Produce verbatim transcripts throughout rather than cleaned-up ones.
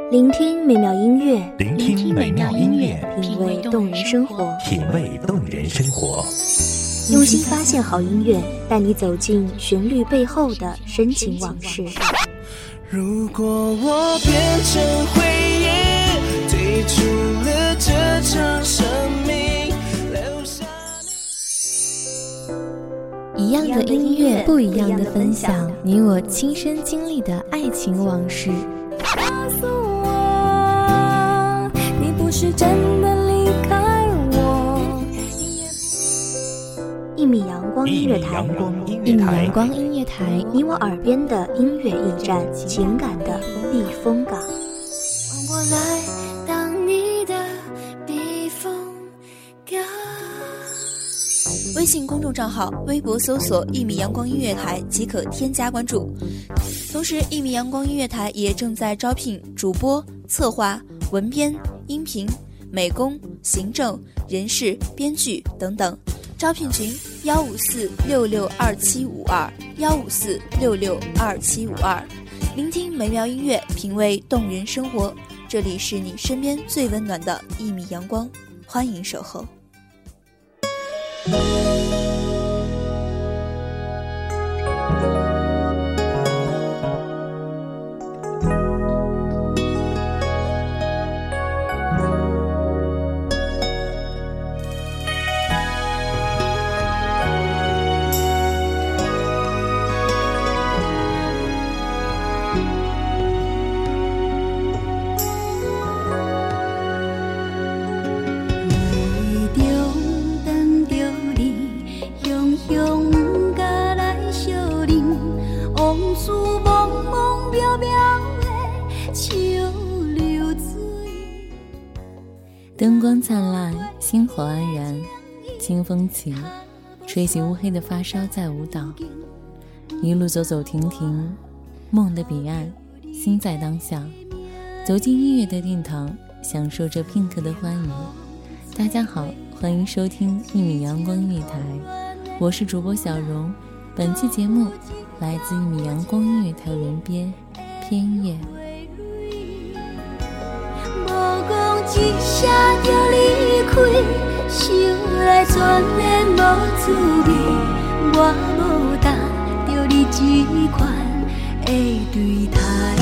聆听美妙音乐， 聆听美妙音乐， 品味动人生活， 品味动人生活。 用心发现好音乐，带你走进旋律背后的深情往事。 如果我变成回忆，退出了这场生命，留下一样的音乐，不一样的分享，你我亲身经历的爱情往事。 告诉我，你不是真的离开我。 一米阳光音乐台， 一米阳光音乐台， 你我耳边的音乐驿站，情感的避风港。 让我来当你的避风港。 微信公众账号、微博搜索“一米阳光音乐台”即可添加关注。同时，一米阳光音乐台也正在招聘主播、策划、文编、音频、美工、行政、人事、编剧等等。招聘群：幺五四六六二七五二幺五四六六二七五二。聆听美妙音乐，品味动人生活。这里是你身边最温暖的一米阳光，欢迎守候。 灯光灿烂，星火安然，清风起，吹起乌黑的发梢在舞蹈。一路走走停停，梦的彼岸，心在当下。走进音乐的殿堂，享受这片刻的欢愉。大家好，欢迎收听一米阳光音乐台，我是主播小荣。本期节目来自一米阳光音乐台文编偏夜。 一下就离开，想来全然无滋味。我无答着你这款的对待，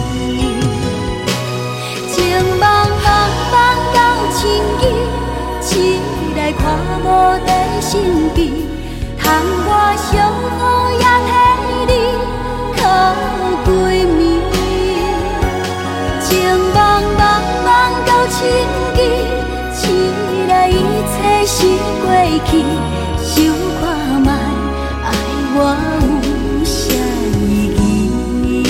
情茫茫茫到深更，醒来看无在身边，窗外上好也替你靠几暝，情茫茫茫到深更。醒来一切是过去，想看卖爱我有啥意义？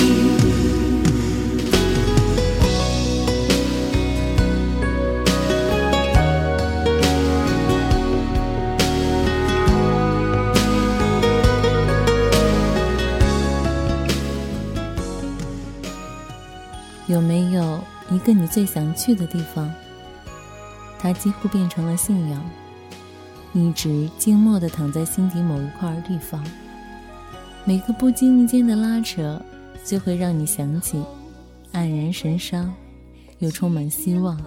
有没有一个你最想去的地方？它几乎变成了信仰，一直静默地躺在心底某一块地方。每个不经意间的拉扯，就会让你想起黯然神伤，又充满希望。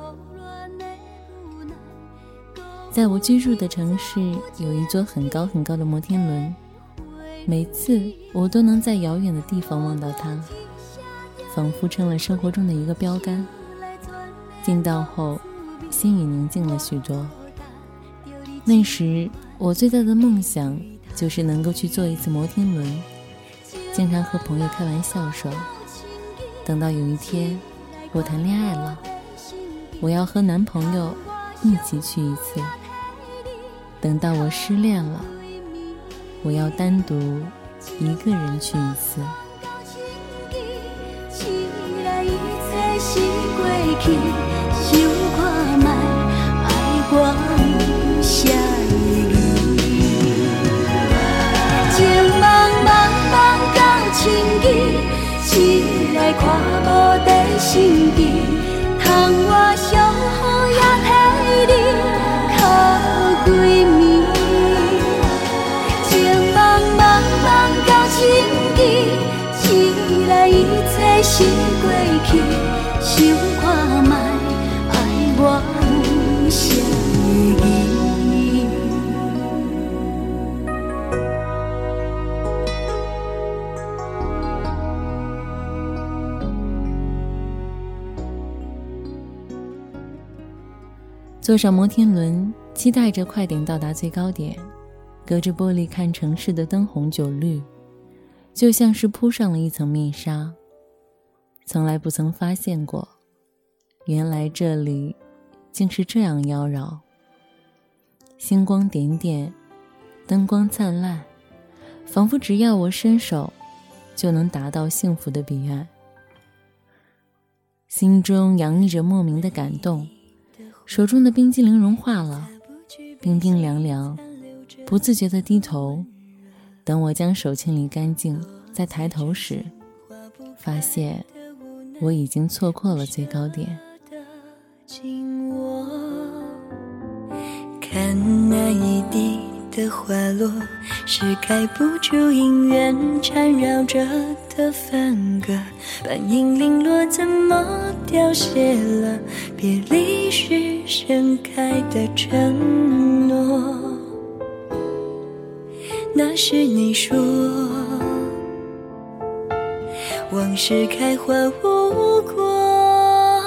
在我居住的城市，有一座很高很高的摩天轮，每次我都能在遥远的地方望到它，仿佛成了生活中的一个标杆。进到后，心也宁静了许多。那时我最大的梦想就是能够去坐一次摩天轮，经常和朋友开玩笑说，等到有一天我谈恋爱了，我要和男朋友一起去一次。等到我失恋了，我要单独一个人去一次。 想看卖爱我有啥意义？情茫茫茫到深更，醒来看无在身边，窗外上好也替你靠几暝。情茫茫茫到深更，醒来一切是过去，想看坐上摩天轮，期待着快点到达最高点，隔着玻璃看城市的灯红酒绿，就像是铺上了一层面纱。从来不曾发现过，原来这里竟是这样妖娆。星光点点，灯光灿烂，仿佛只要我伸手就能达到幸福的彼岸。心中洋溢着莫名的感动，手中的冰激凌融化了，冰冰凉凉，不自觉地低头。等我将手清理干净，再抬头时，发现我已经错过了最高点。 看那一地的花落，是盖不住姻缘缠绕着的分割，半影零落，怎么凋谢了别离时盛开的承诺。那是你说往事开花无果，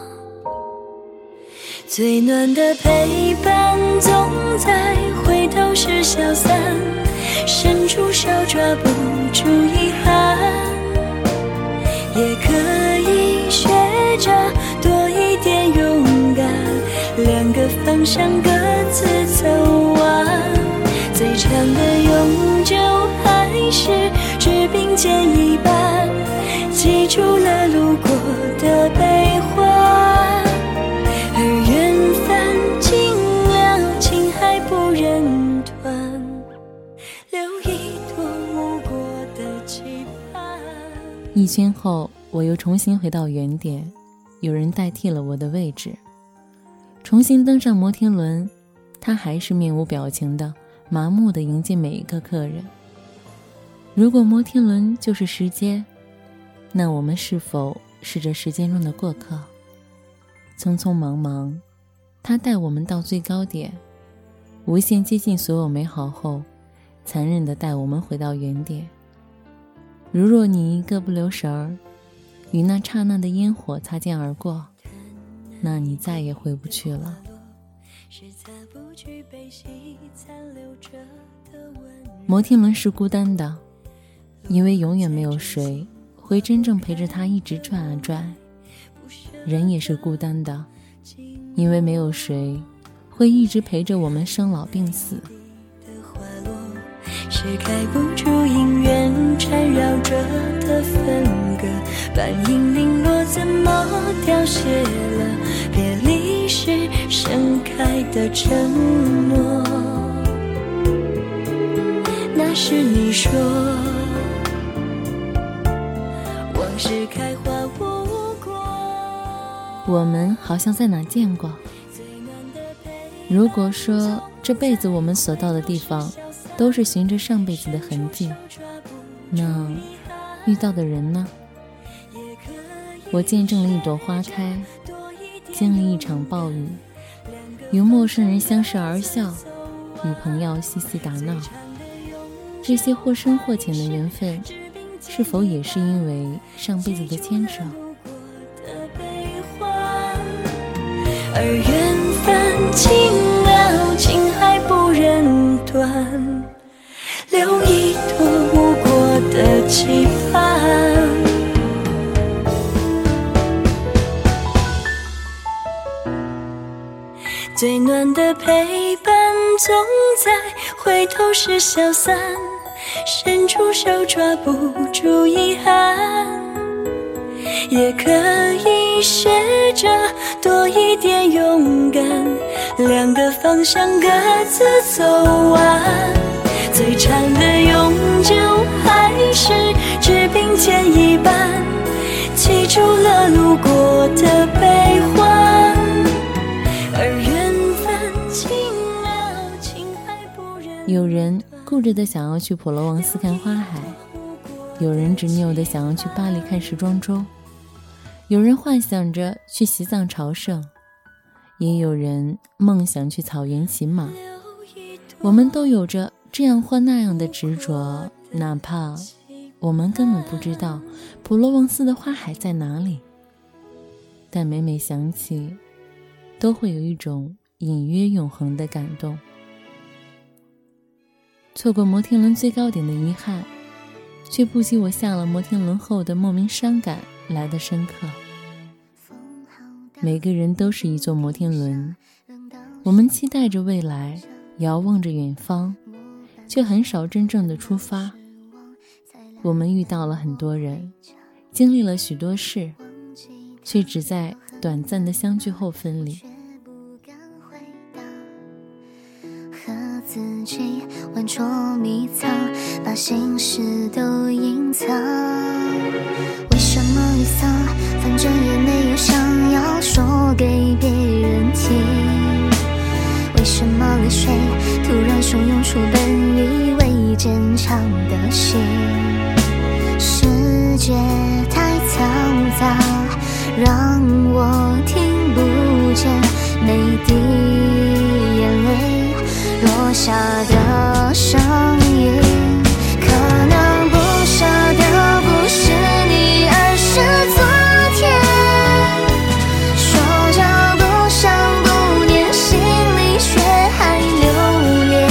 最暖的陪伴总在回头时消散，伸出手抓不住遗憾，也可以学着多一点勇敢，两个方向各自走完，最长的永久还是只并肩一半，记住了路过的悲欢，而缘分尽了情还不忍断，留一朵无果的期盼。 一圈后，我又重新回到原点，有人代替了我的位置，重新登上摩天轮，他还是面无表情的麻木地迎接每一个客人。如果摩天轮就是时间，那我们是否是这时间中的过客？匆匆忙忙，他带我们到最高点，无限接近所有美好后，残忍地带我们回到原点。如若你一个不留神儿，与那刹那的烟火擦肩而过，那你再也回不去了。摩天轮是孤单的，因为永远没有谁会真正陪着它一直转啊转。人也是孤单的，因为没有谁会一直陪着我们生老病死。 是盖不住姻缘缠绕着的分割，半影零落，怎么凋谢了别离时盛开的承诺。那是你说往事开花无果， 我们好像在哪见过。如果说这辈子我们所到的地方都是循着上辈子的痕迹，那遇到的人呢？我见证了一朵花开，经历一场暴雨，与陌生人相视而笑，与朋友嬉戏打闹。这些或深或浅的缘分，是否也是因为上辈子的牵扯？ 而缘分尽了情还不忍断，留一朵无果的期盼。最暖的陪伴总在回头时消散，伸出手抓不住遗憾，也可以学着多一点勇敢，两个方向各自走完，最长的永久还是只并肩一半，记住了路过的悲欢，而缘分尽了情还不忍。 有人固执地想要去普罗旺斯看花海，有人执拗地想要去巴黎看时装周，有人幻想着去西藏朝圣，也有人梦想去草原骑马。我们都有着这样或那样的执着，哪怕我们根本不知道普罗旺斯的花海在哪里，但每每想起，都会有一种隐约永恒的感动。错过摩天轮最高点的遗憾，却不及我下了摩天轮后的莫名伤感来得深刻。每个人都是一座摩天轮，我们期待着未来，遥望着远方，却很少真正的出发。我们遇到了很多人，经历了许多事，却只在短暂的相聚后分离。 和自己玩捉迷藏，把心事都隐藏。为什么沮丧？反正也没有想要说给别人听。为什么泪水突然汹涌出本以为坚强的心？世界太嘈杂，让我听不见每滴眼泪落下的声音。可能不舍的不是你，而是昨天。说着不想不念，心里却还留恋。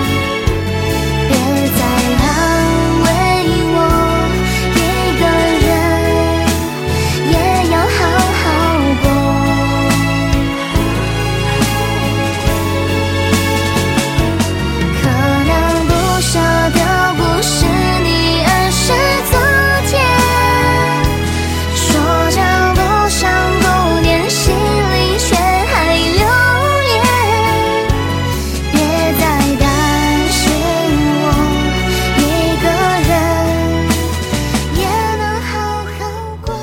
别再安慰我，一个人也要好好过。可能不舍的不是你，而是昨天。说着不想不念，心里却还留恋。别再担心我，一个人也能好好过。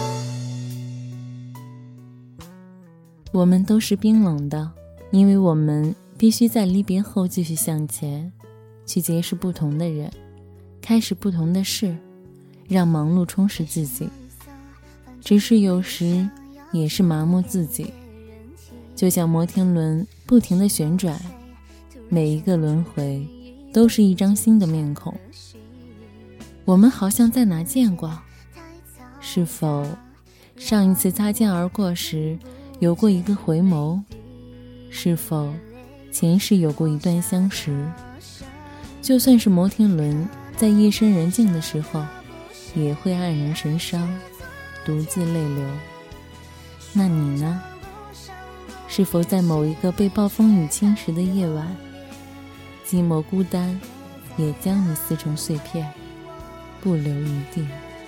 我们都是冰冷的，因为我们必须在离别后继续向前，去结识不同的人，开始不同的事，让忙碌充实自己。只是有时也是麻木自己，就像摩天轮不停地旋转，每一个轮回都是一张新的面孔。我们好像在哪见过，是否上一次擦肩而过时有过一个回眸？是否前世有过一段相识？就算是摩天轮在夜深人静的时候也会黯然神伤，独自泪流。那你呢？是否在某一个被暴风雨侵蚀的夜晚，寂寞孤单也将你撕成碎片，不留余地？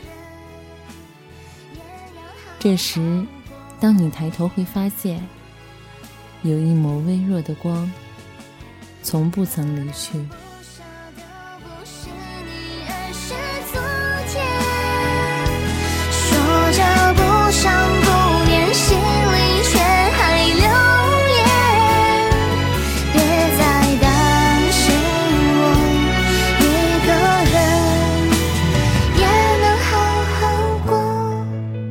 这时当你抬头会发现，有一抹微弱的光从不曾离去。 说着不想不念，心里却还留恋。别再担心我，一个人也能好好过。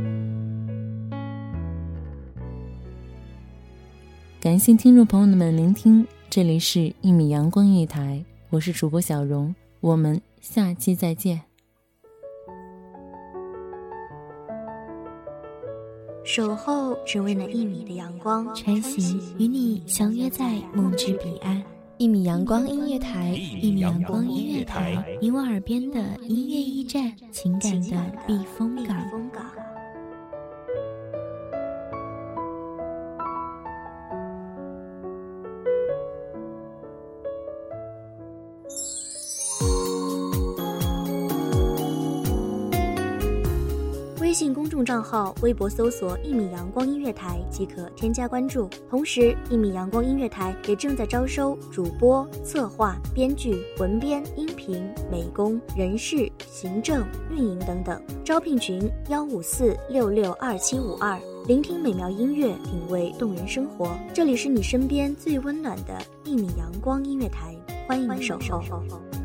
感谢听众朋友们聆听，这里是一米阳光音乐台，我是主播小荣，我们下期再见。 守候只为那一米的阳光， 穿行与你相约在梦之彼岸。 一米阳光音乐台， 一米阳光音乐台，你我耳边的音乐驿站，情感的避风港。 微信公众账号、微博搜索“一米阳光音乐台”即可添加关注。同时，一米阳光音乐台也正在招收主播、策划、编剧、文编、音频、美工、人事、行政、运营等等。招聘群：幺五四六六二七五二。聆听美妙音乐，品味动人生活。这里是你身边最温暖的一米阳光音乐台，欢迎你守候。